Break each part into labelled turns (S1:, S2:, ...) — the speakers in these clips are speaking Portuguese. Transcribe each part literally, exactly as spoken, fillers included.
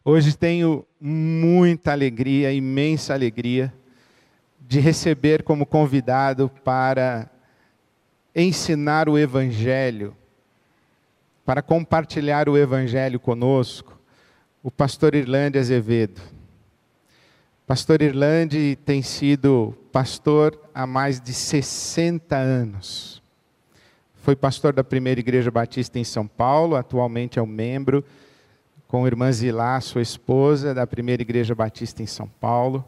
S1: Hoje tenho muita alegria, imensa alegria, de receber como convidado para ensinar o Evangelho, para compartilhar o Evangelho conosco, o pastor Irlande Azevedo. Pastor Irlande tem sido pastor há mais de sessenta anos. Foi pastor da Primeira Igreja Batista em São Paulo, atualmente é um membro, com a irmã Zilá, sua esposa, da Primeira Igreja Batista em São Paulo.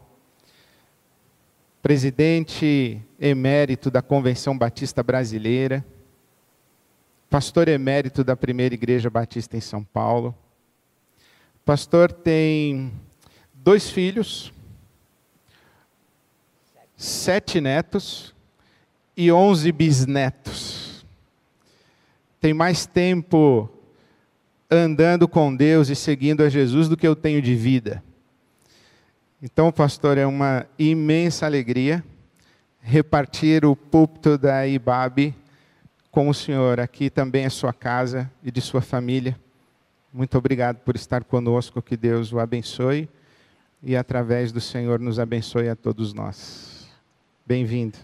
S1: Presidente emérito da Convenção Batista Brasileira. Pastor emérito da Primeira Igreja Batista em São Paulo. Pastor tem dois filhos, sete netos e onze bisnetos. Tem mais tempo andando com Deus e seguindo a Jesus do que eu tenho de vida. Então, pastor, é uma imensa alegria repartir o púlpito da I B A B com o senhor. Aqui também é sua casa e de sua família. Muito obrigado por estar conosco, que Deus o abençoe e através do Senhor nos abençoe a todos nós. Bem-vindo.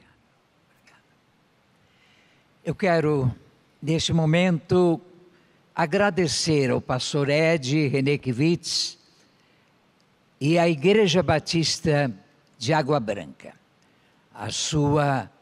S2: Eu quero, neste momento, agradecer ao pastor Ed Renekiewicz e à Igreja Batista de Água Branca, a sua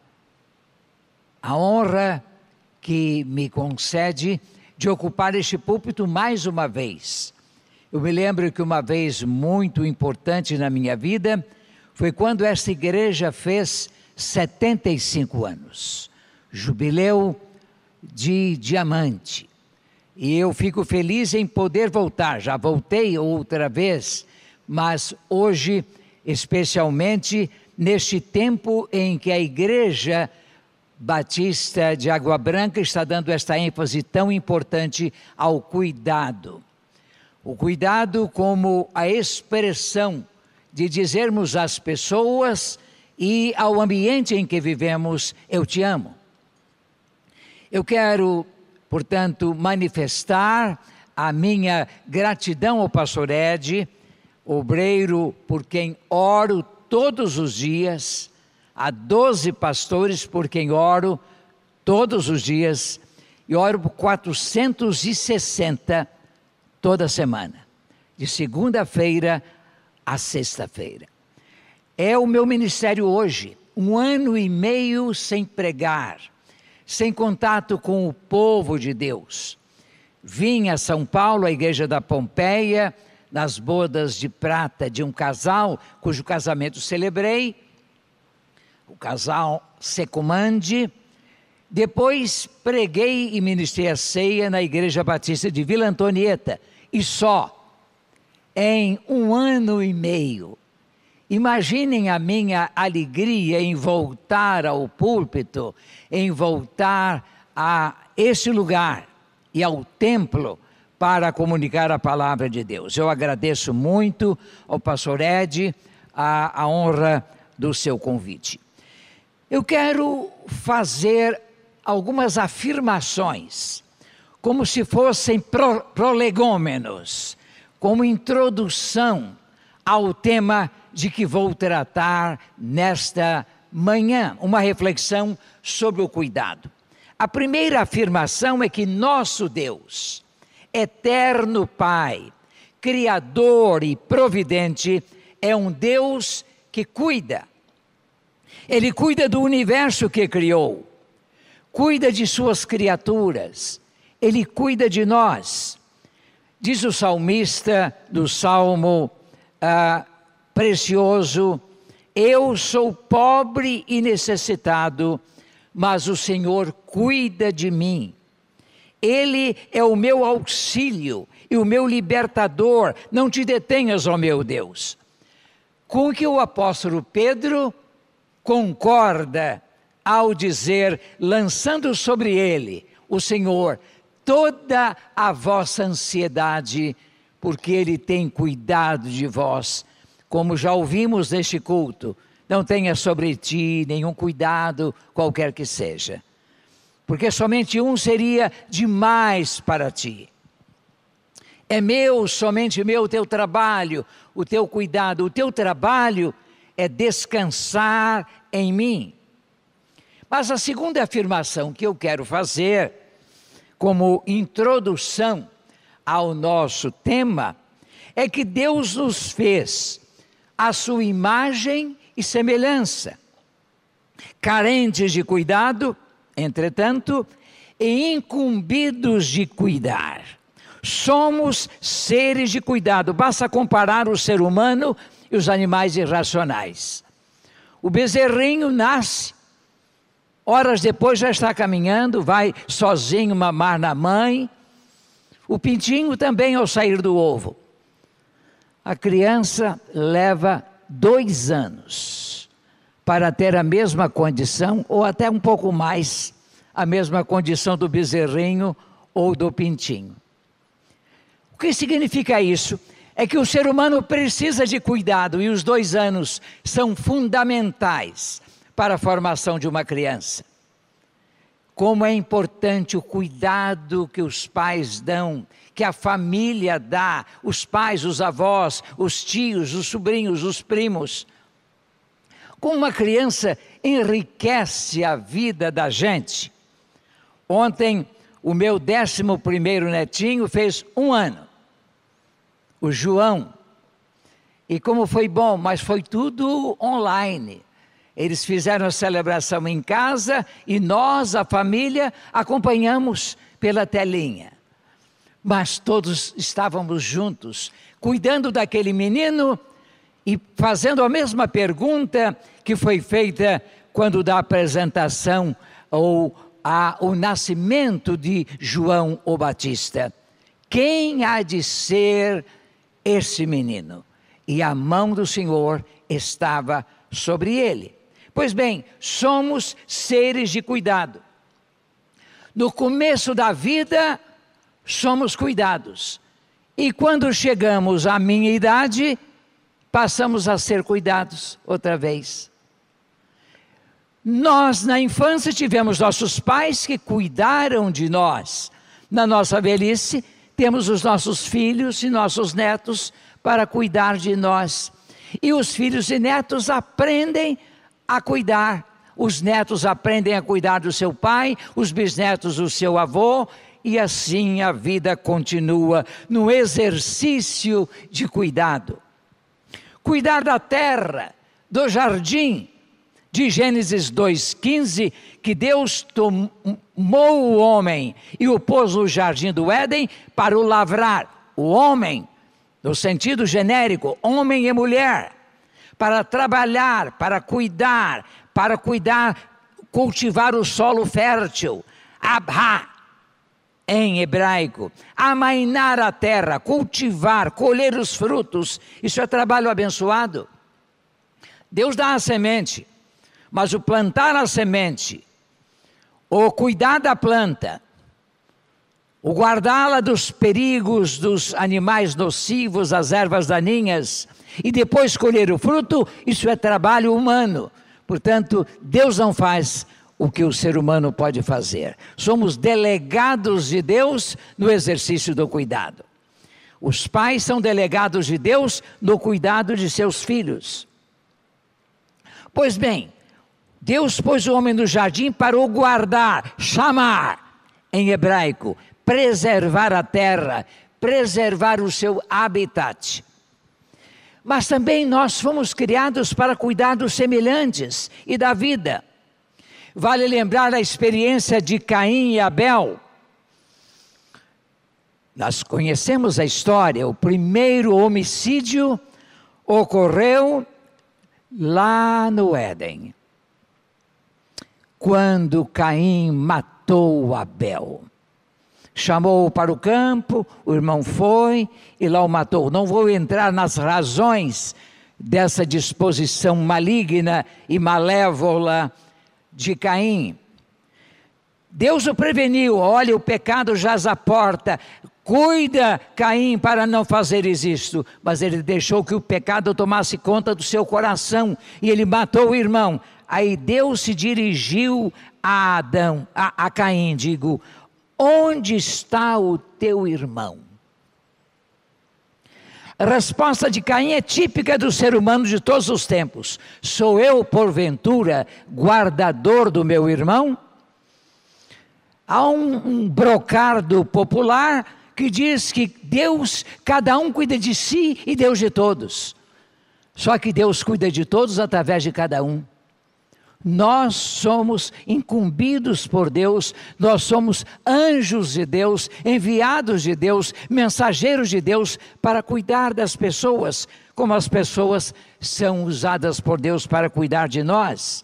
S2: a honra que me concede de ocupar este púlpito mais uma vez. Eu me lembro que uma vez muito importante na minha vida foi quando esta igreja fez setenta e cinco anos, jubileu de diamante. E eu fico feliz em poder voltar, já voltei outra vez, mas hoje, especialmente neste tempo em que a Igreja Batista de Água Branca está dando esta ênfase tão importante ao cuidado. O cuidado como a expressão de dizermos às pessoas e ao ambiente em que vivemos, eu te amo. Eu quero, portanto, manifestar a minha gratidão ao pastor Ed, obreiro por quem oro todos os dias, há doze pastores por quem oro todos os dias, e oro por quatrocentos e sessenta toda semana, de segunda-feira a sexta-feira. É o meu ministério hoje, um ano e meio sem pregar, sem contato com o povo de Deus. Vim a São Paulo, à igreja da Pompeia, nas bodas de prata de um casal, cujo casamento celebrei, o casal Secumandi. Depois preguei e ministrei a ceia na Igreja Batista de Vila Antonieta, e só em um ano e meio. Imaginem a minha alegria em voltar ao púlpito, em voltar a esse lugar e ao templo para comunicar a palavra de Deus. Eu agradeço muito ao pastor Ed a, a honra do seu convite. Eu quero fazer algumas afirmações, como se fossem pro, prolegômenos, como introdução ao tema de que vou tratar nesta manhã, uma reflexão sobre o cuidado. A primeira afirmação é que nosso Deus, eterno Pai, Criador e Providente, é um Deus que cuida. Ele cuida do universo que criou, cuida de suas criaturas, Ele cuida de nós. Diz o salmista do Salmo ah, precioso: eu sou pobre e necessitado, mas o Senhor cuida de mim. Ele é o meu auxílio e o meu libertador, não te detenhas, ó meu Deus. Com que o apóstolo Pedro concorda ao dizer, lançando sobre ele, o Senhor, toda a vossa ansiedade, porque Ele tem cuidado de vós. Como já ouvimos neste culto, não tenha sobre ti nenhum cuidado, qualquer que seja, porque somente um seria demais para ti. É meu, somente meu, o teu trabalho, o teu cuidado. O teu trabalho é descansar em mim. Mas a segunda afirmação que eu quero fazer, como introdução ao nosso tema, é que Deus nos fez à sua imagem e semelhança, carentes de cuidado, entretanto, e incumbidos de cuidar. Somos seres de cuidado, basta comparar o ser humano e os animais irracionais. O bezerrinho nasce, horas depois já está caminhando, vai sozinho mamar na mãe. O pintinho também ao sair do ovo. A criança leva dois anos para ter a mesma condição, ou até um pouco mais, a mesma condição do bezerrinho ou do pintinho. O que significa isso? É que o ser humano precisa de cuidado e os dois anos são fundamentais para a formação de uma criança. Como é importante o cuidado que os pais dão, que a família dá, os pais, os avós, os tios, os sobrinhos, os primos. Como uma criança enriquece a vida da gente. Ontem, o meu décimo primeiro netinho fez um ano, o João. E como foi bom, mas foi tudo online. Eles fizeram a celebração em casa e nós, a família, acompanhamos pela telinha. Mas todos estávamos juntos, cuidando daquele menino e fazendo a mesma pergunta que foi feita quando da apresentação ou a, o nascimento de João o Batista. Quem há de ser esse menino? E a mão do Senhor estava sobre ele. Pois bem, somos seres de cuidado. No começo da vida, somos cuidados. E quando chegamos à minha idade, passamos a ser cuidados outra vez. Nós, na infância, tivemos nossos pais que cuidaram de nós. Na nossa velhice, temos os nossos filhos e nossos netos para cuidar de nós. E os filhos e netos aprendem a cuidar. Os netos aprendem a cuidar do seu pai, os bisnetos do seu avô, e assim a vida continua no exercício de cuidado. Cuidar da terra, do jardim, de Gênesis dois, quinze, que Deus tomou o homem e o pôs no jardim do Éden para o lavrar. O homem, no sentido genérico, homem e mulher, para trabalhar, para cuidar, para cuidar, cultivar o solo fértil, abha, em hebraico, amainar a terra, cultivar, colher os frutos, isso é trabalho abençoado. Deus dá a semente, mas o plantar a semente, o cuidar da planta, o guardá-la dos perigos dos animais nocivos, das ervas daninhas, e depois colher o fruto, isso é trabalho humano. Portanto, Deus não faz o que o ser humano pode fazer. Somos delegados de Deus no exercício do cuidado. Os pais são delegados de Deus no cuidado de seus filhos. Pois bem, Deus pôs o homem no jardim para o guardar, chamar, em hebraico, preservar a terra, preservar o seu habitat. Mas também nós fomos criados para cuidar dos semelhantes e da vida. Vale lembrar a experiência de Caim e Abel. Nós conhecemos a história, o primeiro homicídio ocorreu lá no Éden, quando Caim matou Abel. Chamou-o para o campo, o irmão foi e lá o matou. Não vou entrar nas razões dessa disposição maligna e malévola de Caim. Deus o preveniu, olha, o pecado jaz à porta, cuida, Caim, para não fazeres isto. Mas ele deixou que o pecado tomasse conta do seu coração e ele matou o irmão. Aí Deus se dirigiu a Adão, a, a Caim, digo, onde está o teu irmão? A resposta de Caim é típica do ser humano de todos os tempos. Sou eu, porventura, guardador do meu irmão? Há um, um brocardo popular que diz que Deus, cada um cuida de si e Deus de todos. Só que Deus cuida de todos através de cada um. Nós somos incumbidos por Deus, nós somos anjos de Deus, enviados de Deus, mensageiros de Deus para cuidar das pessoas, como as pessoas são usadas por Deus para cuidar de nós.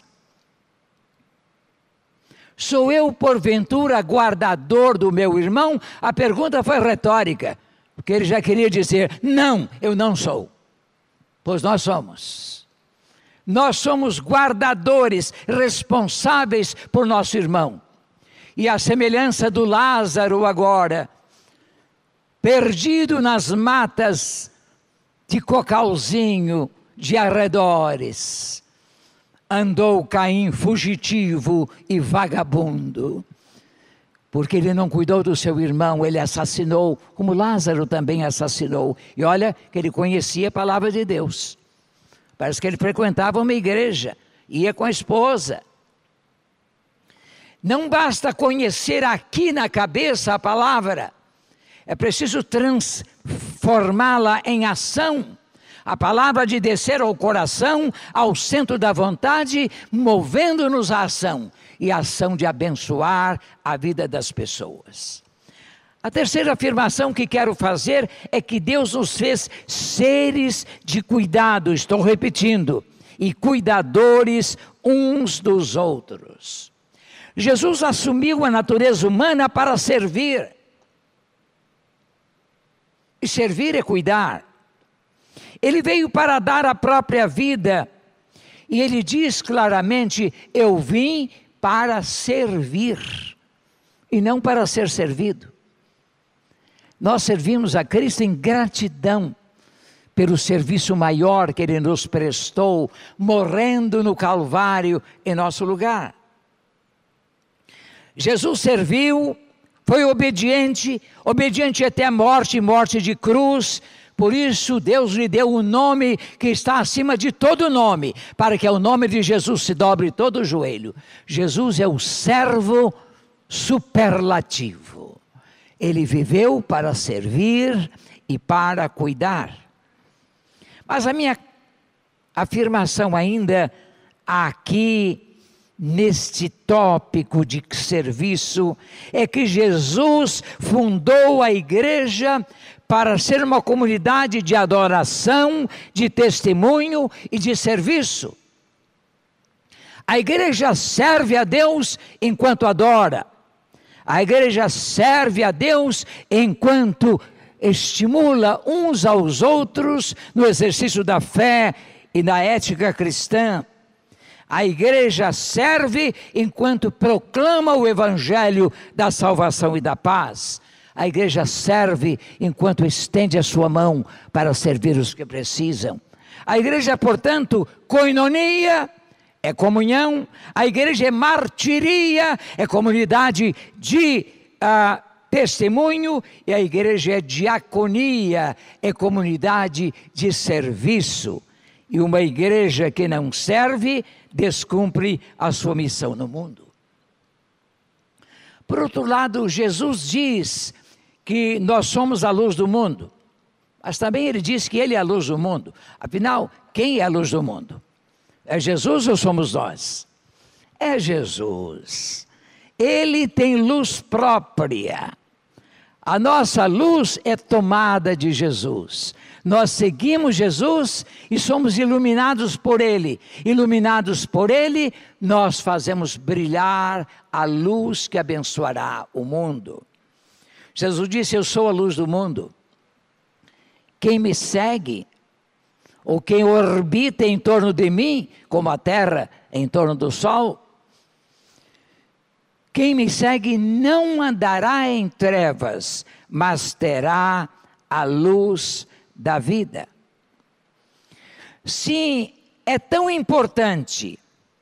S2: Sou eu, porventura, guardador do meu irmão? A pergunta foi retórica, porque ele já queria dizer, não, eu não sou. Pois nós somos. Nós somos guardadores, responsáveis por nosso irmão. E a semelhança do Lázaro agora, perdido nas matas de cocalzinho, de arredores, andou Caim fugitivo e vagabundo, porque ele não cuidou do seu irmão, ele assassinou, como Lázaro também assassinou. E olha que ele conhecia a palavra de Deus. Parece que ele frequentava uma igreja, ia com a esposa. Não basta conhecer aqui na cabeça a palavra, é preciso transformá-la em ação. A palavra de descer ao coração, ao centro da vontade, movendo-nos à ação. E a ação de abençoar a vida das pessoas. A terceira afirmação que quero fazer é que Deus nos fez seres de cuidado, estou repetindo, e cuidadores uns dos outros. Jesus assumiu a natureza humana para servir. E servir é cuidar. Ele veio para dar a própria vida. E ele diz claramente, eu vim para servir, e não para ser servido. Nós servimos a Cristo em gratidão pelo serviço maior que Ele nos prestou, morrendo no Calvário em nosso lugar. Jesus serviu, foi obediente, obediente até a morte, morte de cruz. Por isso Deus lhe deu um nome que está acima de todo nome, para que ao nome de Jesus se dobre todo o joelho. Jesus é o servo superlativo. Ele viveu para servir e para cuidar. Mas a minha afirmação ainda aqui, neste tópico de serviço, é que Jesus fundou a igreja para ser uma comunidade de adoração, de testemunho e de serviço. A igreja serve a Deus enquanto adora. A igreja serve a Deus enquanto estimula uns aos outros no exercício da fé e na ética cristã. A igreja serve enquanto proclama o evangelho da salvação e da paz. A igreja serve enquanto estende a sua mão para servir os que precisam. A igreja, portanto, koinonia, é comunhão. A igreja é martiria, é comunidade de uh, testemunho. E a igreja é diaconia, é comunidade de serviço. E uma igreja que não serve, descumpre a sua missão no mundo. Por outro lado, Jesus diz que nós somos a luz do mundo. Mas também ele diz que ele é a luz do mundo. Afinal, quem é a luz do mundo? É Jesus ou somos nós? É Jesus. Ele tem luz própria. A nossa luz é tomada de Jesus. Nós seguimos Jesus e somos iluminados por Ele. Iluminados por Ele, nós fazemos brilhar a luz que abençoará o mundo. Jesus disse, eu sou a luz do mundo. Quem me segue, ou quem orbita em torno de mim, como a terra em torno do sol, quem me segue não andará em trevas, mas terá a luz da vida. Sim, é tão importante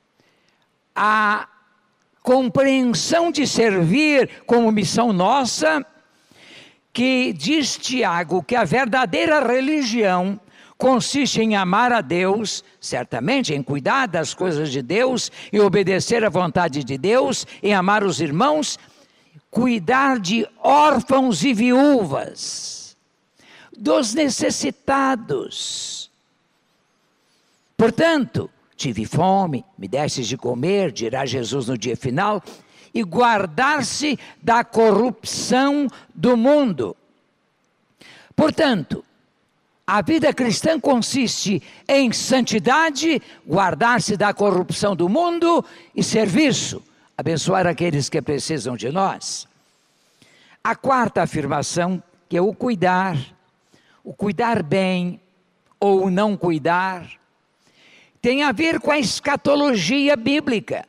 S2: a compreensão de servir como missão nossa, que diz Tiago que a verdadeira religião consiste em amar a Deus, certamente em cuidar das coisas de Deus e obedecer à vontade de Deus, em amar os irmãos, cuidar de órfãos e viúvas, dos necessitados. Portanto, tive fome, me destes de comer, dirá Jesus no dia final, e guardar-se da corrupção do mundo. Portanto, a vida cristã consiste em santidade, guardar-se da corrupção do mundo e serviço, abençoar aqueles que precisam de nós. A quarta afirmação, que é o cuidar, o cuidar bem ou não cuidar, tem a ver com a escatologia bíblica.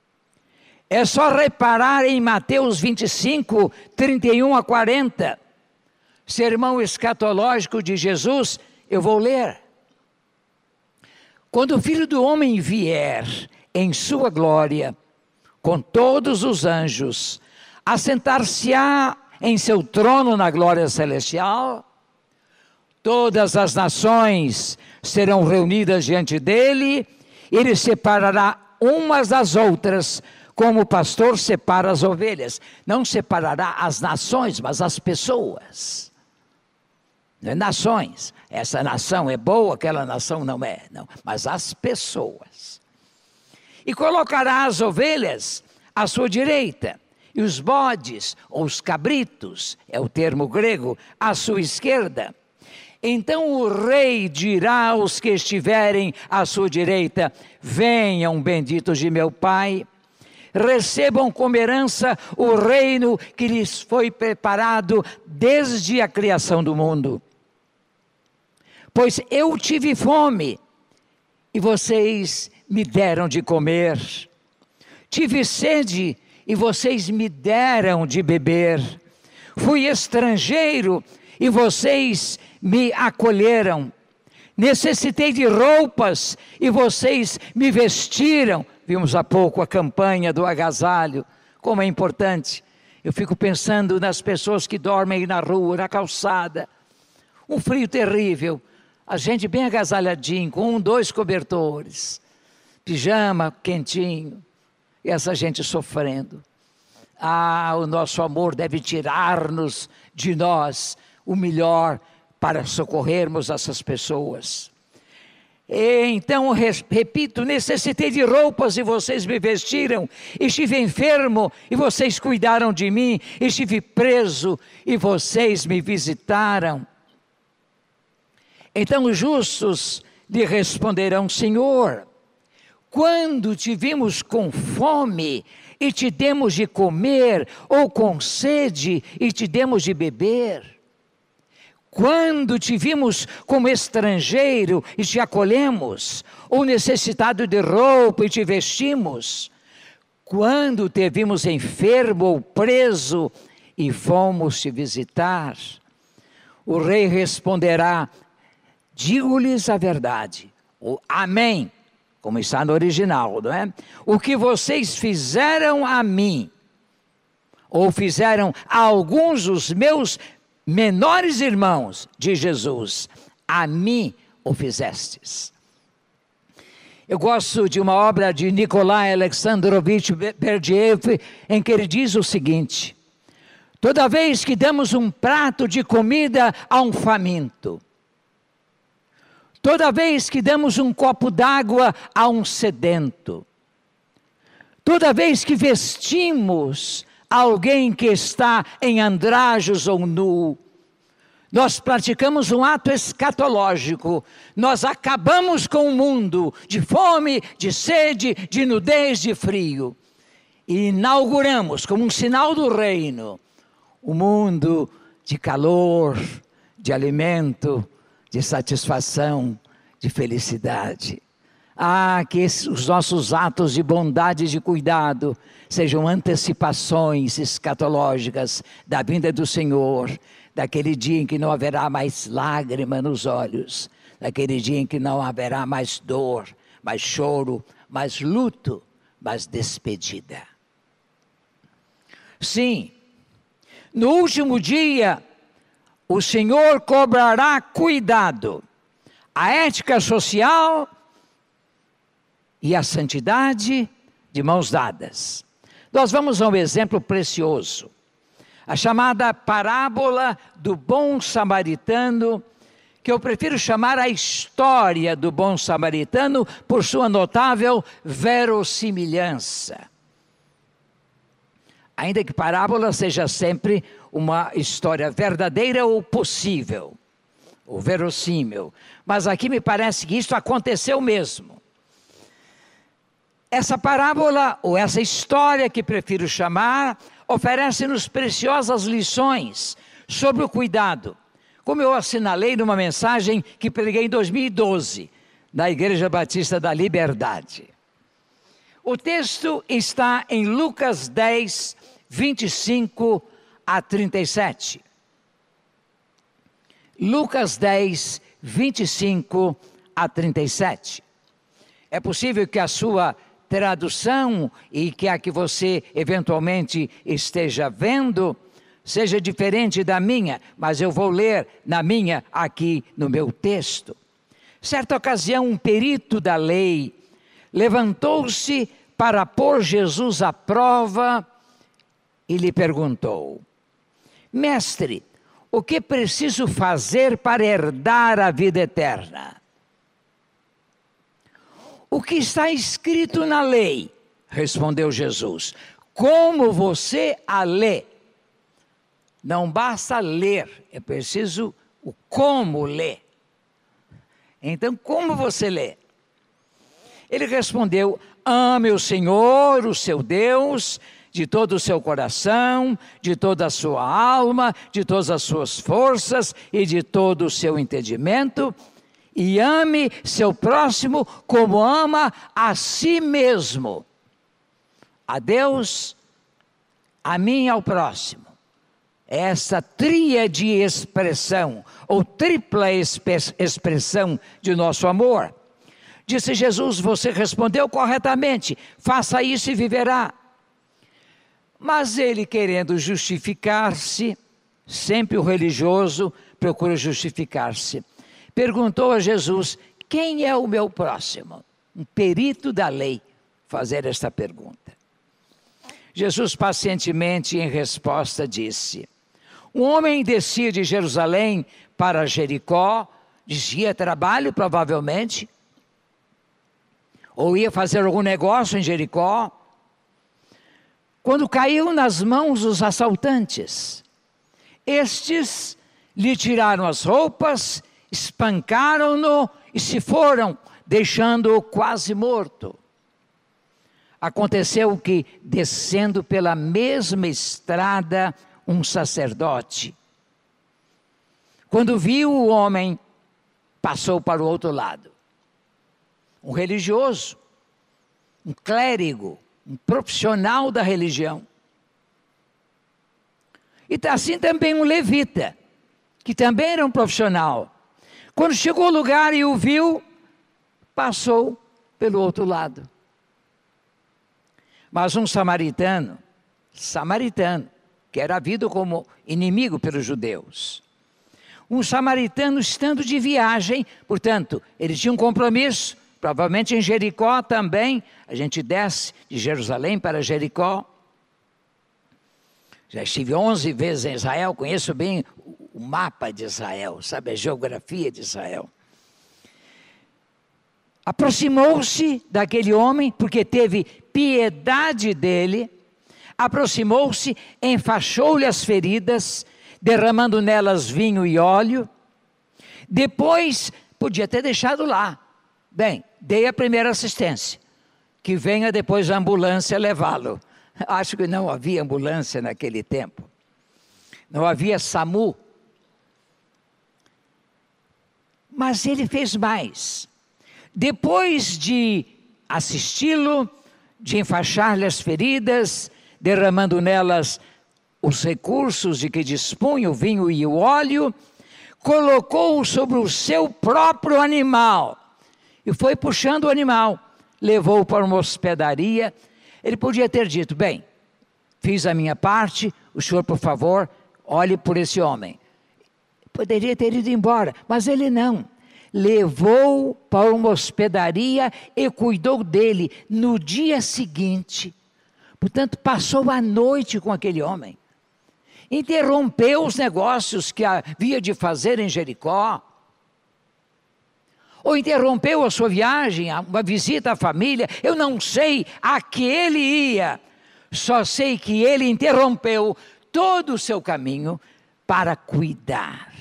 S2: É só reparar em Mateus vinte e cinco, trinta e um a quarenta. Sermão escatológico de Jesus, eu vou ler. Quando o Filho do Homem vier em sua glória, com todos os anjos, assentar-se-á em seu trono na glória celestial, todas as nações serão reunidas diante dele, ele separará umas das outras, como o pastor separa as ovelhas. Não separará as nações, mas as pessoas. Não é nações. Essa nação é boa, aquela nação não é. Não. Mas as pessoas. E colocará as ovelhas à sua direita, e os bodes, ou os cabritos, é o termo grego, à sua esquerda. Então o rei dirá aos que estiverem à sua direita: venham, benditos de meu Pai, recebam como herança o reino que lhes foi preparado desde a criação do mundo. Pois eu tive fome, e vocês me deram de comer. Tive sede, e vocês me deram de beber. Fui estrangeiro, e vocês me acolheram. Necessitei de roupas, e vocês me vestiram. Vimos há pouco a campanha do agasalho, como é importante. Eu fico pensando nas pessoas que dormem na rua, na calçada. Um frio terrível. A gente bem agasalhadinho, com um, dois cobertores. Pijama quentinho. E essa gente sofrendo. Ah, o nosso amor deve tirar-nos de nós o melhor para socorrermos essas pessoas. E então, repito, necessitei de roupas e vocês me vestiram. Estive enfermo e vocês cuidaram de mim. Estive preso e vocês me visitaram. Então os justos lhe responderão: Senhor, quando te vimos com fome e te demos de comer, ou com sede e te demos de beber? Quando te vimos como estrangeiro e te acolhemos, ou necessitado de roupa e te vestimos? Quando te vimos enfermo ou preso e fomos te visitar? O rei responderá: digo-lhes a verdade, o amém, como está no original, não é? O que vocês fizeram a mim, ou fizeram a alguns dos meus menores irmãos de Jesus, a mim o fizestes. Eu gosto de uma obra de Nikolai Alexandrovich Berdyaev, em que ele diz o seguinte: toda vez que damos um prato de comida a um faminto, toda vez que damos um copo d'água a um sedento, toda vez que vestimos alguém que está em andrajos ou nu, nós praticamos um ato escatológico. Nós acabamos com o mundo de fome, de sede, de nudez, de frio. E inauguramos, como um sinal do reino, o mundo de calor, de alimento, de satisfação, de felicidade. Ah, que esses, os nossos atos de bondade e de cuidado sejam antecipações escatológicas da vinda do Senhor, daquele dia em que não haverá mais lágrima nos olhos, daquele dia em que não haverá mais dor, mais choro, mais luto, mais despedida. Sim, no último dia, o Senhor cobrará cuidado. A ética social e a santidade de mãos dadas. Nós vamos a um exemplo precioso. A chamada parábola do bom samaritano, que eu prefiro chamar a história do bom samaritano por sua notável verossimilhança. Ainda que parábola seja sempre uma história verdadeira ou possível, ou verossímil. Mas aqui me parece que isso aconteceu mesmo. Essa parábola, ou essa história que prefiro chamar, oferece-nos preciosas lições sobre o cuidado. Como eu assinalei numa mensagem que preguei em dois mil e doze, na Igreja Batista da Liberdade. O texto está em Lucas dez, vinte e cinco a trinta e sete. Lucas dez, vinte e cinco a trinta e sete. É possível que a sua tradução e que a que você eventualmente esteja vendo seja diferente da minha, mas eu vou ler na minha aqui no meu texto. Certa ocasião, um perito da lei levantou-se para pôr Jesus à prova e lhe perguntou: Mestre, o que preciso fazer para herdar a vida eterna? O que está escrito na lei? Respondeu Jesus. Como você a lê? Não basta ler, é preciso o como ler. Então, como você lê? Ele respondeu: ame o Senhor, o seu Deus, de todo o seu coração, de toda a sua alma, de todas as suas forças e de todo o seu entendimento, e ame seu próximo como ama a si mesmo. A Deus, a mim e ao próximo. Essa tríade expressão, ou tripla expressão de nosso amor. Disse Jesus: você respondeu corretamente, faça isso e viverá. Mas ele, querendo justificar-se, sempre o religioso procura justificar-se, perguntou a Jesus: quem é o meu próximo? Um perito da lei fazer esta pergunta. Jesus pacientemente em resposta disse: um homem descia de Jerusalém para Jericó, dizia trabalho provavelmente, ou ia fazer algum negócio em Jericó, quando caiu nas mãos dos assaltantes. Estes lhe tiraram as roupas, espancaram-no e se foram, deixando-o quase morto. Aconteceu que, descendo pela mesma estrada, um sacerdote, quando viu o homem, passou para o outro lado. Um religioso, um clérigo, um profissional da religião. E assim também um levita, que também era um profissional. Quando chegou ao lugar e o viu, passou pelo outro lado. Mas um samaritano, samaritano, que era visto como inimigo pelos judeus. Um samaritano estando de viagem, portanto, ele tinha um compromisso, provavelmente em Jericó também, a gente desce de Jerusalém para Jericó. Já estive onze vezes em Israel, conheço bem o mapa de Israel, sabe, a geografia de Israel. Aproximou-se daquele homem, porque teve piedade dele, aproximou-se, enfaixou-lhe as feridas, derramando nelas vinho e óleo. Depois, podia ter deixado lá. Bem, dei a primeira assistência, que venha depois a ambulância levá-lo. Acho que não havia ambulância naquele tempo. Não havia SAMU. Mas ele fez mais. Depois de assisti-lo, de enfaixar-lhe as feridas, derramando nelas os recursos de que dispunha o vinho e o óleo, colocou-o sobre o seu próprio animal e foi puxando o animal, levou-o para uma hospedaria. Ele podia ter dito: bem, fiz a minha parte, o senhor, por favor, olhe por esse homem. Poderia ter ido embora, mas ele não. Levou para uma hospedaria e cuidou dele no dia seguinte. Portanto, passou a noite com aquele homem. Interrompeu os negócios que havia de fazer em Jericó. Ou interrompeu a sua viagem, uma visita à família. Eu não sei a que ele ia. Só sei que ele interrompeu todo o seu caminho para cuidar.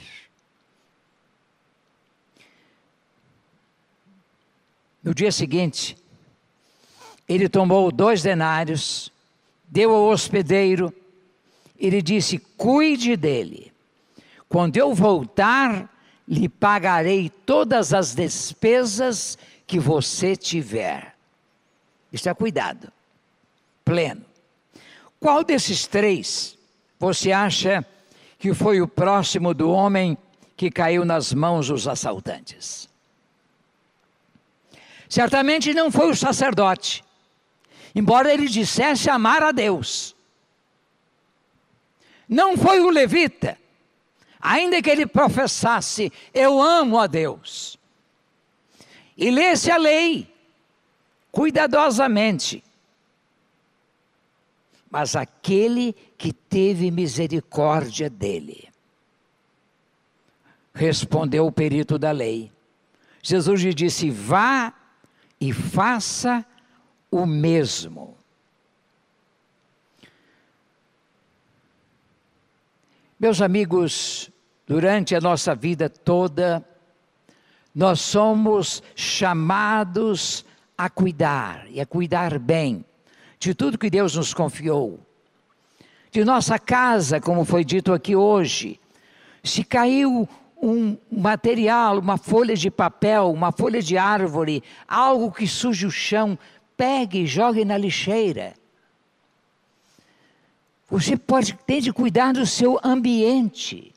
S2: No dia seguinte, ele tomou dois denários, deu ao hospedeiro, e lhe disse: cuide dele. Quando eu voltar, lhe pagarei todas as despesas que você tiver. Isto é cuidado pleno. Qual desses três você acha que foi o próximo do homem que caiu nas mãos dos assaltantes? Certamente não foi o sacerdote, embora ele dissesse amar a Deus. Não foi o levita, ainda que ele professasse: eu amo a Deus, e lesse a lei cuidadosamente. Mas aquele que teve misericórdia dele. Respondeu o perito da lei. Jesus lhe disse: vá e faça o mesmo. Meus amigos, durante a nossa vida toda, nós somos chamados a cuidar, e a cuidar bem, de tudo que Deus nos confiou. De nossa casa, como foi dito aqui hoje, se caiu um material, uma folha de papel, uma folha de árvore, algo que suje o chão, pegue e jogue na lixeira. Você pode ter de cuidar do seu ambiente.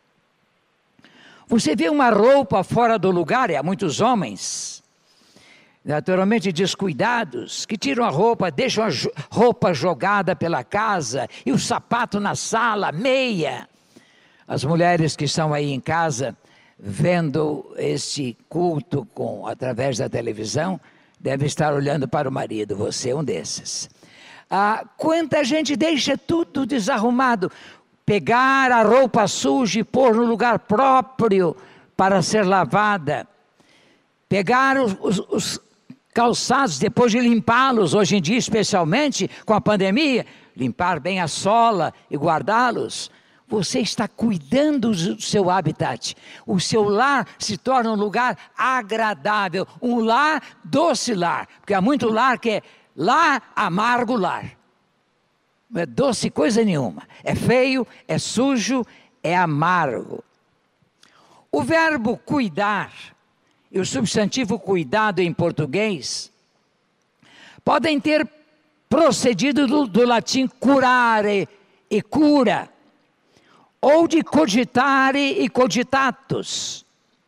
S2: Você vê uma roupa fora do lugar, e há muitos homens, naturalmente descuidados, que tiram a roupa, deixam a roupa jogada pela casa, e o sapato na sala, meia. As mulheres que estão aí em casa, vendo este culto com, através da televisão, devem estar olhando para o marido. Você é um desses. Ah, quanta gente deixa tudo desarrumado. Pegar a roupa suja e pôr no lugar próprio para ser lavada. Pegar os, os, os calçados, depois de limpá-los, hoje em dia especialmente com a pandemia, limpar bem a sola e guardá-los. Você está cuidando do seu habitat. O seu lar se torna um lugar agradável, um lar doce lar, porque há muito lar que é lar amargo lar. Não é doce coisa nenhuma. É feio, é sujo, é amargo. O verbo cuidar e o substantivo cuidado em português podem ter procedido do, do latim curare e cura, ou de cogitare e cogitatus.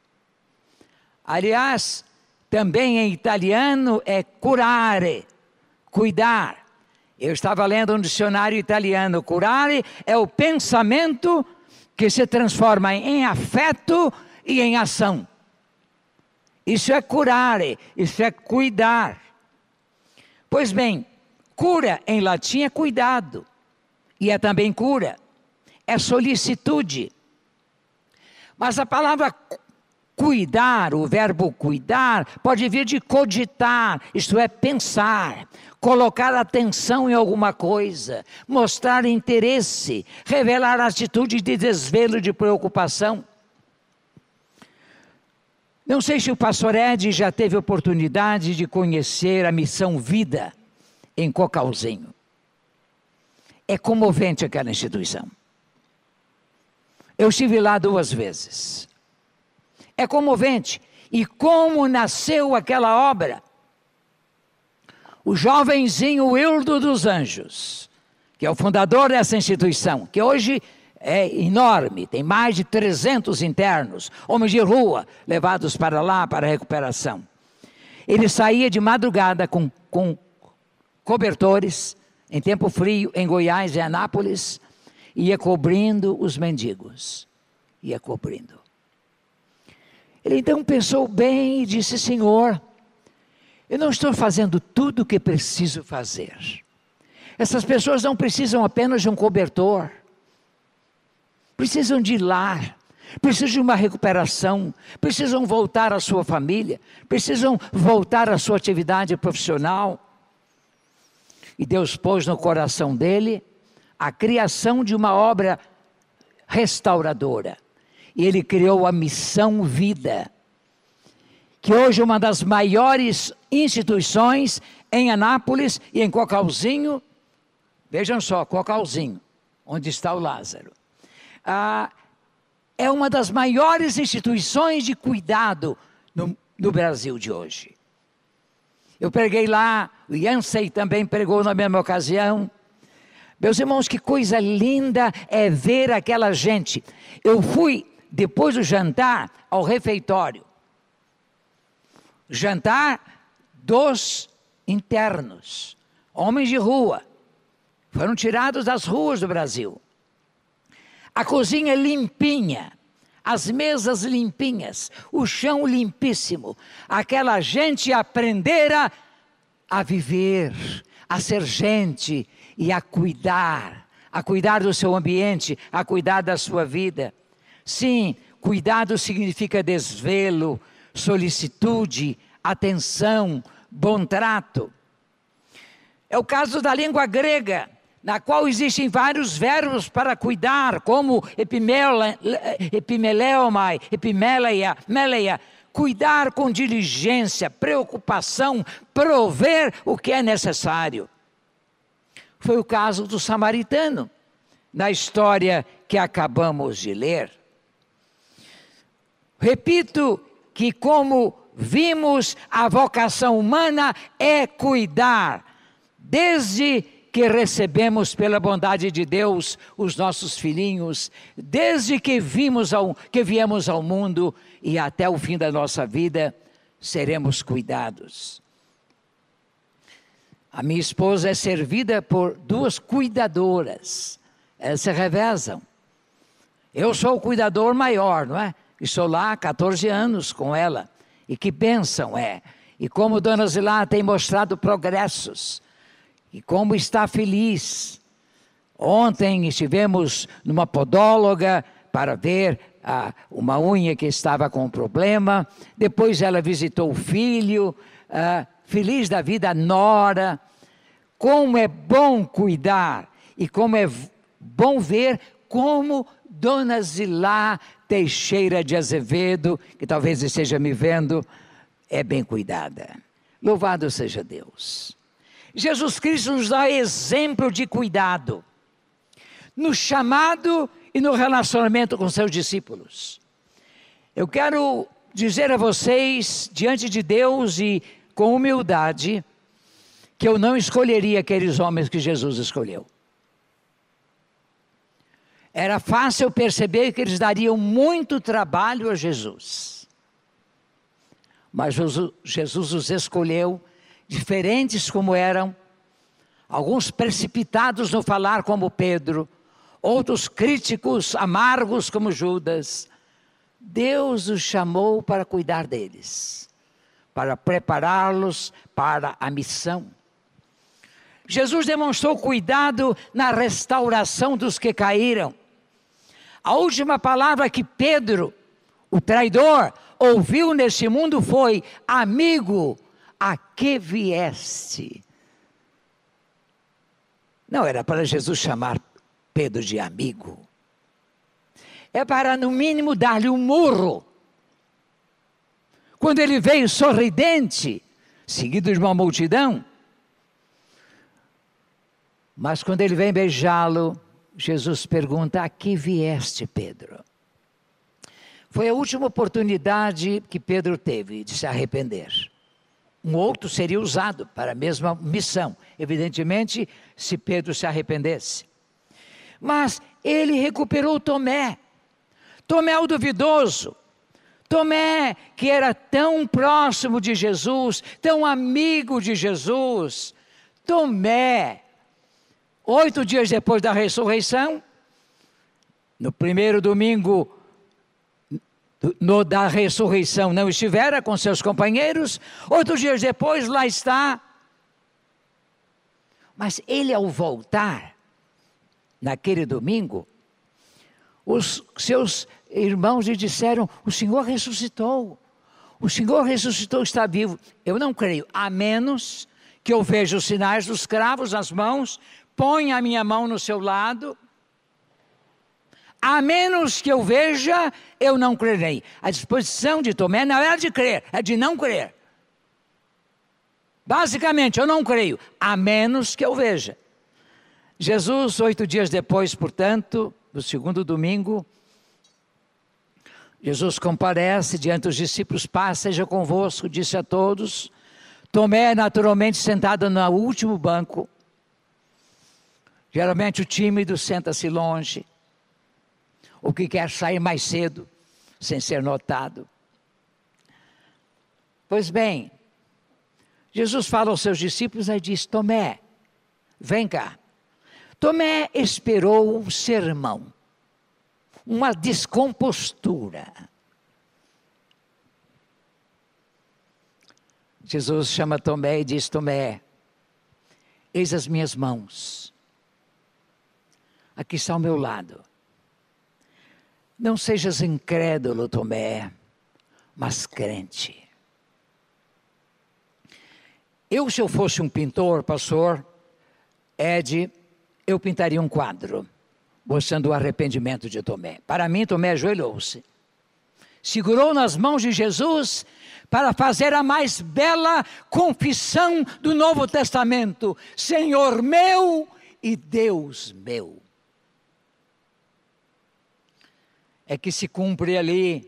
S2: Aliás, também em italiano é curare, cuidar. Eu estava lendo um dicionário italiano. Curare é o pensamento que se transforma em afeto e em ação. Isso é curare, isso é cuidar. Pois bem, cura em latim é cuidado, e é também cura. É solicitude. Mas a palavra cuidar, o verbo cuidar, pode vir de cogitar, isto é, pensar, colocar atenção em alguma coisa, mostrar interesse, revelar atitude de desvelo, de preocupação. Não sei se o pastor Ed já teve oportunidade de conhecer a Missão Vida em Cocalzinho. É comovente aquela instituição. Eu estive lá duas vezes. É comovente. E como nasceu aquela obra? O jovenzinho Wildo dos Anjos, que é o fundador dessa instituição, que hoje é enorme, tem mais de trezentos internos, homens de rua, levados para lá para recuperação. Ele saía de madrugada com, com cobertores, em tempo frio, em Goiás e Anápolis, ia cobrindo os mendigos. ia cobrindo. Ele então pensou bem e disse: Senhor, eu não estou fazendo tudo o que preciso fazer. Essas pessoas não precisam apenas de um cobertor, precisam de lar, precisam de uma recuperação, precisam voltar à sua família, precisam voltar à sua atividade profissional. E Deus pôs no coração dele a criação de uma obra restauradora. E ele criou a Missão Vida, que hoje é uma das maiores instituições em Anápolis e em Cocalzinho. Vejam só, Cocalzinho, onde está o Lázaro. Ah, é uma das maiores instituições de cuidado no, no Brasil de hoje. Eu preguei lá, o Yancey também pregou na mesma ocasião. Meus irmãos, que coisa linda é ver aquela gente. Eu fui, depois do jantar, ao refeitório. Jantar dos internos, homens de rua. Foram tirados das ruas do Brasil. A cozinha limpinha, as mesas limpinhas, o chão limpíssimo. Aquela gente aprendera a viver, a ser gente e a cuidar, a cuidar do seu ambiente, a cuidar da sua vida. Sim, cuidado significa desvelo, solicitude, atenção, bom trato. É o caso da língua grega, na qual existem vários verbos para cuidar, como epimeleomai, epimeleia, meleia, cuidar com diligência, preocupação, prover o que é necessário. Foi o caso do samaritano, na história que acabamos de ler. Repito que, como vimos, a vocação humana é cuidar, desde que recebemos pela bondade de Deus os nossos filhinhos, desde que, vimos ao, que viemos ao mundo e até o fim da nossa vida, seremos cuidados. A minha esposa é servida por duas cuidadoras, elas se revezam. Eu sou o cuidador maior, não é? Estou lá há quatorze anos com ela, e que bênção é! E como Dona Zilá tem mostrado progressos, e como está feliz. Ontem estivemos numa podóloga para ver ah, uma unha que estava com problema. Depois ela visitou o filho, ah, feliz da vida, a nora. Como é bom cuidar e como é bom ver como Dona Zilá Teixeira de Azevedo, que talvez esteja me vendo, é bem cuidada. Louvado seja Deus. Jesus Cristo nos dá exemplo de cuidado, no chamado e no relacionamento com seus discípulos. Eu quero dizer a vocês, diante de Deus e com humildade, que eu não escolheria aqueles homens que Jesus escolheu. Era fácil perceber que eles dariam muito trabalho a Jesus. Mas Jesus os escolheu, diferentes como eram, alguns precipitados no falar como Pedro, outros críticos, amargos como Judas. Deus os chamou para cuidar deles, para prepará-los para a missão. Jesus demonstrou cuidado na restauração dos que caíram. A última palavra que Pedro, o traidor, ouviu neste mundo foi: amigo, a que vieste? Não era para Jesus chamar Pedro de amigo. É para, no mínimo, dar-lhe um murro. Quando ele veio sorridente, seguido de uma multidão. Mas quando ele vem beijá-lo, Jesus pergunta: a que vieste, Pedro? Foi a última oportunidade que Pedro teve de se arrepender. Um outro seria usado para a mesma missão, evidentemente, se Pedro se arrependesse. Mas ele recuperou Tomé, Tomé o duvidoso, Tomé que era tão próximo de Jesus, tão amigo de Jesus. Tomé, oito dias depois da ressurreição, no primeiro domingo no, da ressurreição não estivera com seus companheiros, outros dias depois lá está. Mas ele, ao voltar, naquele domingo, os seus irmãos lhe disseram: o Senhor ressuscitou, o Senhor ressuscitou, está vivo. Eu não creio, a menos que eu veja os sinais dos cravos nas mãos, ponha a minha mão no seu lado. A menos que eu veja, eu não crerei. A disposição de Tomé não era de crer, é de não crer. Basicamente, eu não creio, a menos que eu veja. Jesus, oito dias depois, portanto, do segundo domingo, Jesus comparece diante dos discípulos: paz seja convosco, disse a todos. Tomé, naturalmente, sentado no último banco. Geralmente o tímido senta-se longe, o que quer sair mais cedo, sem ser notado. Pois bem, Jesus fala aos seus discípulos e diz: Tomé, vem cá. Tomé esperou um sermão, uma descompostura. Jesus chama Tomé e diz: Tomé, eis as minhas mãos, aqui está ao meu lado. Não sejas incrédulo, Tomé, mas crente. Eu, se eu fosse um pintor, pastor Ed, eu pintaria um quadro, mostrando o arrependimento de Tomé. Para mim, Tomé ajoelhou-se, segurou nas mãos de Jesus para fazer a mais bela confissão do Novo Testamento: Senhor meu e Deus meu. É que se cumpre ali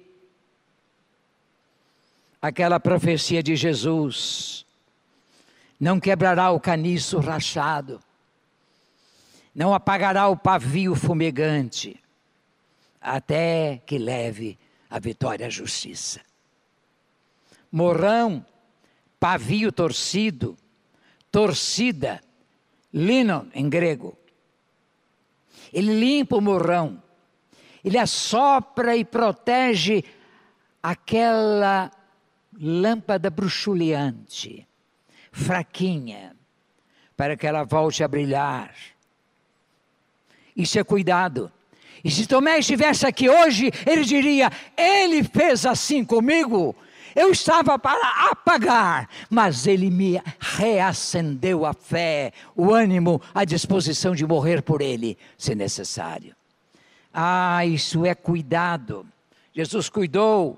S2: aquela profecia de Jesus: não quebrará o caniço rachado, não apagará o pavio fumegante, até que leve a vitória à justiça. Morrão, pavio torcido, torcida, lino em grego. Ele limpa o morrão, ele assopra e protege aquela lâmpada bruxuleante, fraquinha, para que ela volte a brilhar. Isso é cuidado. E se Tomé estivesse aqui hoje, ele diria: ele fez assim comigo, eu estava para apagar, mas ele me reacendeu a fé, o ânimo, a disposição de morrer por ele, se necessário. Ah, isso é cuidado. Jesus cuidou,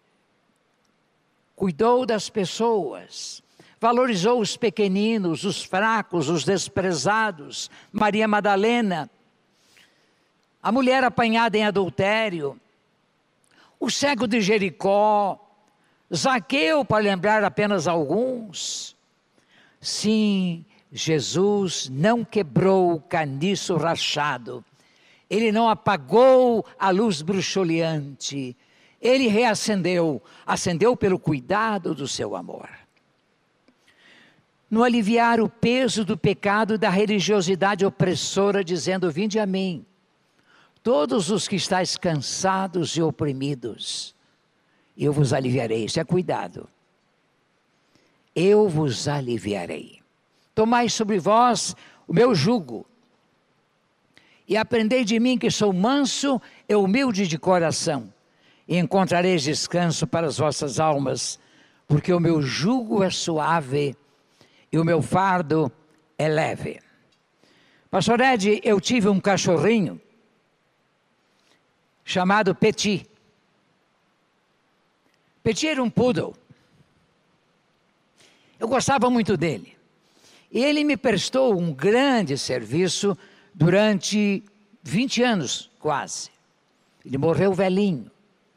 S2: cuidou das pessoas, valorizou os pequeninos, os fracos, os desprezados. Maria Madalena, a mulher apanhada em adultério, o cego de Jericó, Zaqueu, para lembrar apenas alguns. Sim, Jesus não quebrou o caniço rachado, ele não apagou a luz bruxuleante, ele reacendeu, acendeu pelo cuidado do seu amor. No aliviar o peso do pecado e da religiosidade opressora, dizendo: vinde a mim, todos os que estáis cansados e oprimidos, eu vos aliviarei. Isso é cuidado. Eu vos aliviarei. Tomai sobre vós o meu jugo, e aprendei de mim, que sou manso e humilde de coração, e encontrareis descanso para as vossas almas, porque o meu jugo é suave e o meu fardo é leve. Pastor Ed, eu tive um cachorrinho chamado Petit. Petit era um poodle. Eu gostava muito dele. E ele me prestou um grande serviço durante vinte anos, quase. Ele morreu velhinho.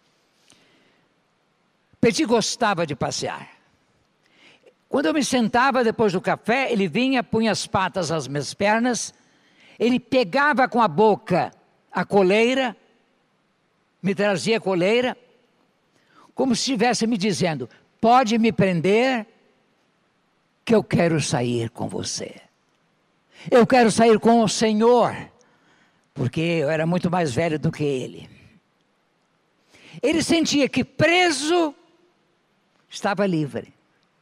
S2: Petit gostava de passear. Quando eu me sentava depois do café, ele vinha, punha as patas às minhas pernas, ele pegava com a boca a coleira, me trazia a coleira, como se estivesse me dizendo: pode me prender, que eu quero sair com você. Eu quero sair com o Senhor, porque eu era muito mais velho do que ele. Ele sentia que preso estava livre.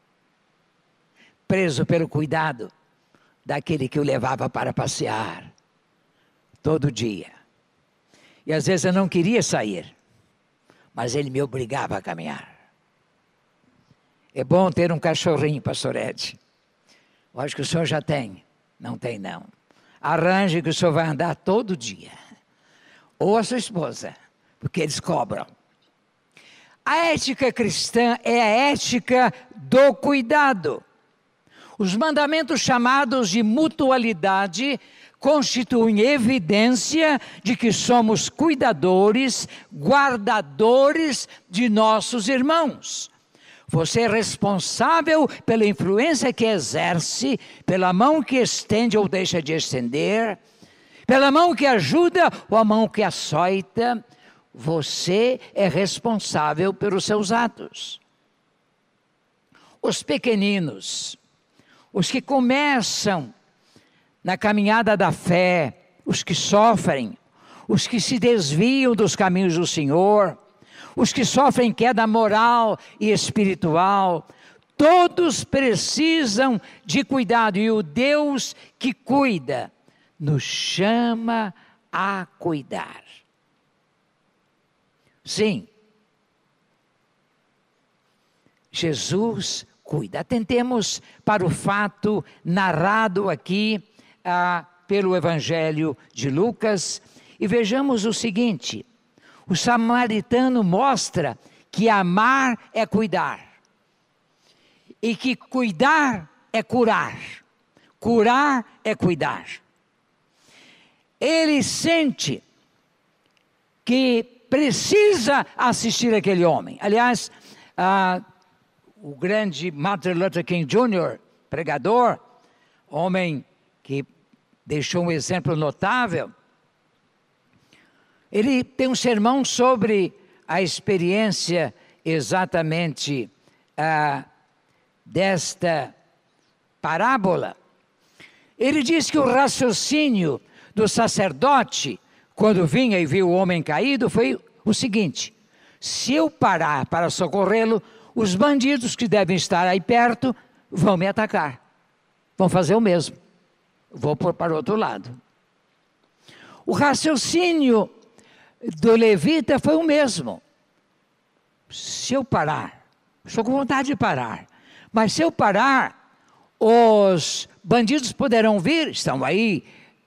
S2: Preso pelo cuidado daquele que o levava para passear todo dia. E às vezes eu não queria sair, mas ele me obrigava a caminhar. É bom ter um cachorrinho, pastor Ed. Eu acho que o senhor já tem. Não tem, não. Arranje que o senhor vai andar todo dia. Ou a sua esposa, porque eles cobram. A ética cristã é a ética do cuidado. Os mandamentos chamados de mutualidade constituem evidência de que somos cuidadores, guardadores de nossos irmãos. Você é responsável pela influência que exerce, pela mão que estende ou deixa de estender, pela mão que ajuda ou a mão que açoita. Você é responsável pelos seus atos. Os pequeninos, os que começam na caminhada da fé, os que sofrem, os que se desviam dos caminhos do Senhor, os que sofrem queda moral e espiritual, todos precisam de cuidado. E o Deus que cuida nos chama a cuidar. Sim, Jesus cuida. Atentemos para o fato narrado aqui ah, pelo Evangelho de Lucas e vejamos o seguinte: o samaritano mostra que amar é cuidar e que cuidar é curar, curar é cuidar. Ele sente que precisa assistir aquele homem. Aliás, ah, o grande Martin Luther King Júnior, pregador, homem que deixou um exemplo notável, ele tem um sermão sobre a experiência exatamente ah, desta parábola. Ele diz que o raciocínio do sacerdote, quando vinha e viu o homem caído, foi o seguinte: se eu parar para socorrê-lo, os bandidos que devem estar aí perto vão me atacar, vão fazer o mesmo, vou pôr para o outro lado. O raciocínio do levita foi o mesmo. Se eu parar, estou com vontade de parar, mas se eu parar, os bandidos poderão vir, estão aí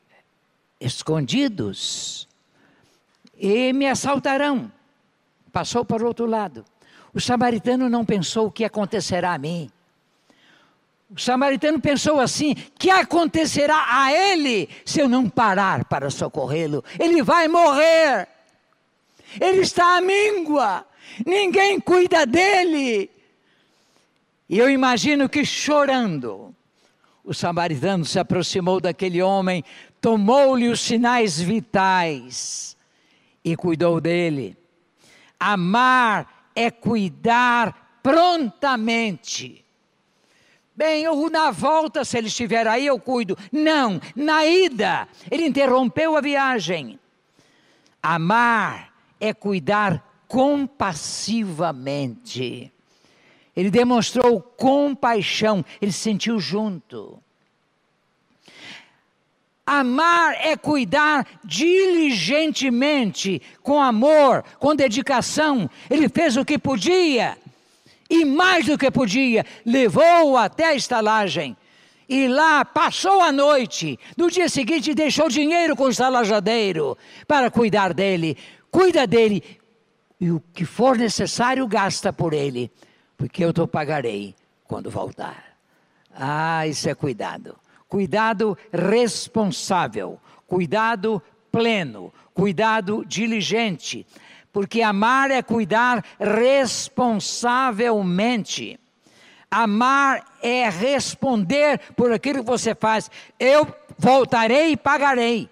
S2: escondidos, e me assaltarão. Passou para o outro lado. O samaritano não pensou o que acontecerá a mim. O samaritano pensou assim: que acontecerá a ele se eu não parar para socorrê-lo? Ele vai morrer. Ele está à míngua. Ninguém cuida dele. E eu imagino que chorando, o samaritano se aproximou daquele homem, tomou-lhe os sinais vitais e cuidou dele. Amar é cuidar prontamente. Bem, eu na volta, se ele estiver aí, eu cuido. Não, na ida, ele interrompeu a viagem. Amar é cuidar compassivamente. Ele demonstrou compaixão, ele se sentiu junto. Amar é cuidar diligentemente, com amor, com dedicação. Ele fez o que podia, e mais do que podia, levou-o até a estalagem. E lá passou a noite. No dia seguinte deixou dinheiro com o estalajadeiro para cuidar dele. Cuida dele, e o que for necessário gasta por ele, porque eu te pagarei quando voltar. Ah, isso é cuidado. Cuidado responsável, cuidado pleno, cuidado diligente, porque amar é cuidar responsavelmente. Amar é responder por aquilo que você faz. Eu voltarei e pagarei.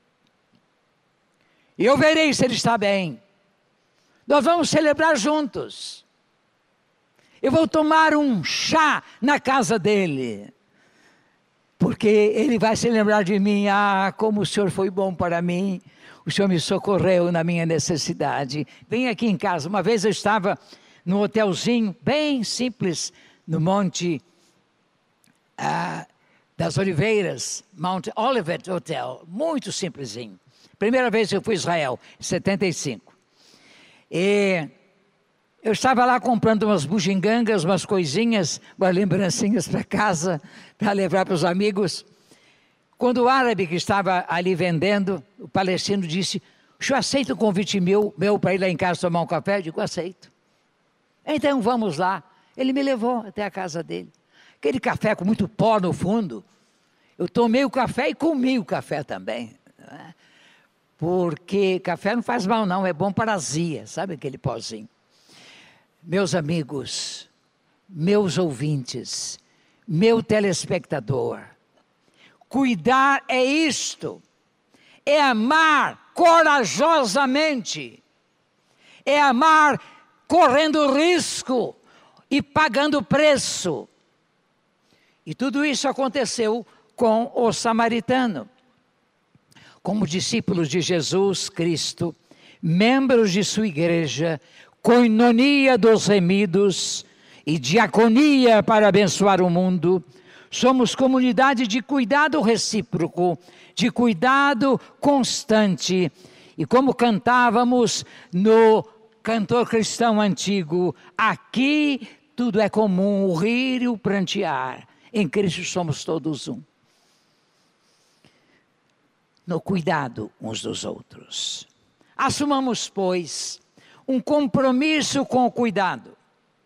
S2: Eu verei se ele está bem. Nós vamos celebrar juntos. Eu vou tomar um chá na casa dele, porque ele vai se lembrar de mim. Ah, como o Senhor foi bom para mim. O Senhor me socorreu na minha necessidade. Vem aqui em casa. Uma vez eu estava num hotelzinho bem simples, no Monte ah, das Oliveiras, Mount Olivet Hotel, muito simplesinho. Primeira vez que eu fui a Israel, em setenta e cinco. E eu estava lá comprando umas bugigangas, umas coisinhas, umas lembrancinhas para casa, para levar para os amigos. Quando o árabe que estava ali vendendo, o palestino disse: o senhor aceita um convite meu, meu para ir lá em casa tomar um café? Eu digo: aceito. Então vamos lá. Ele me levou até a casa dele. Aquele café com muito pó no fundo. Eu tomei o café e comi o café também. Né? Porque café não faz mal não, é bom para a azia, sabe aquele pozinho. Meus amigos, meus ouvintes, meu telespectador, cuidar é isto, é amar corajosamente, é amar correndo risco e pagando preço. E tudo isso aconteceu com o samaritano. Como discípulos de Jesus Cristo, membros de sua igreja, coinonia dos remidos e diaconia para abençoar o mundo, somos comunidade de cuidado recíproco, de cuidado constante. E como cantávamos no cantor cristão antigo, aqui tudo é comum, o rir e o prantear. Em Cristo somos todos um. No cuidado uns dos outros. Assumamos, pois, um compromisso com o cuidado.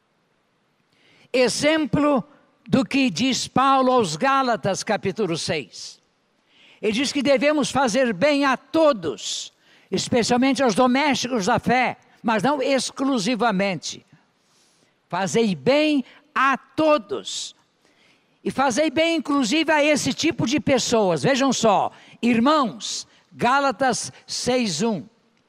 S2: Exemplo do que diz Paulo aos Gálatas, capítulo seis. Ele diz que devemos fazer bem a todos, especialmente aos domésticos da fé, mas não exclusivamente. Fazei bem a todos. E fazei bem, inclusive, a esse tipo de pessoas. Vejam só, irmãos, Gálatas seis, um.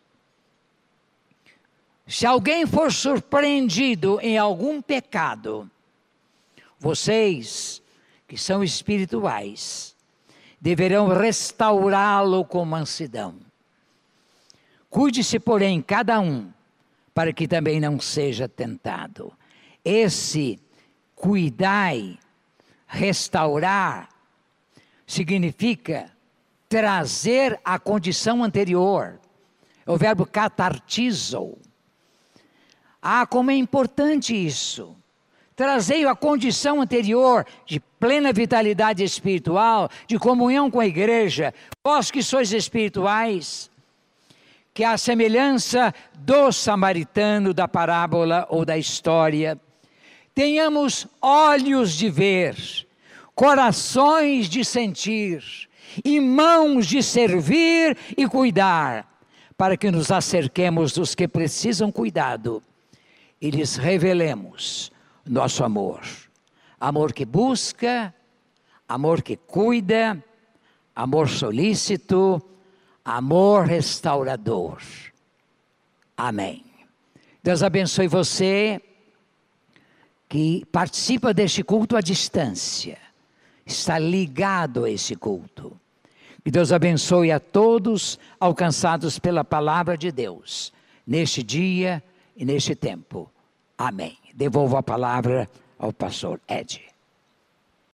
S2: Se alguém for surpreendido em algum pecado, vocês, que são espirituais, deverão restaurá-lo com mansidão. Cuide-se, porém, cada um, para que também não seja tentado. Esse cuidai, restaurar, significa trazer a condição anterior. É o verbo catartizo. Ah, como é importante isso. Trazei a condição anterior de plena vitalidade espiritual, de comunhão com a igreja. Vós que sois espirituais, que a semelhança do samaritano da parábola ou da história, tenhamos olhos de ver, corações de sentir, e mãos de servir e cuidar, para que nos acerquemos dos que precisam cuidado e lhes revelemos nosso amor. Amor que busca, amor que cuida, amor solícito, amor restaurador. Amém. Deus abençoe você que participa deste culto à distância, está ligado a esse culto. Que Deus abençoe a todos alcançados pela palavra de Deus, neste dia e neste tempo. Amém. Devolvo a palavra ao pastor Ed.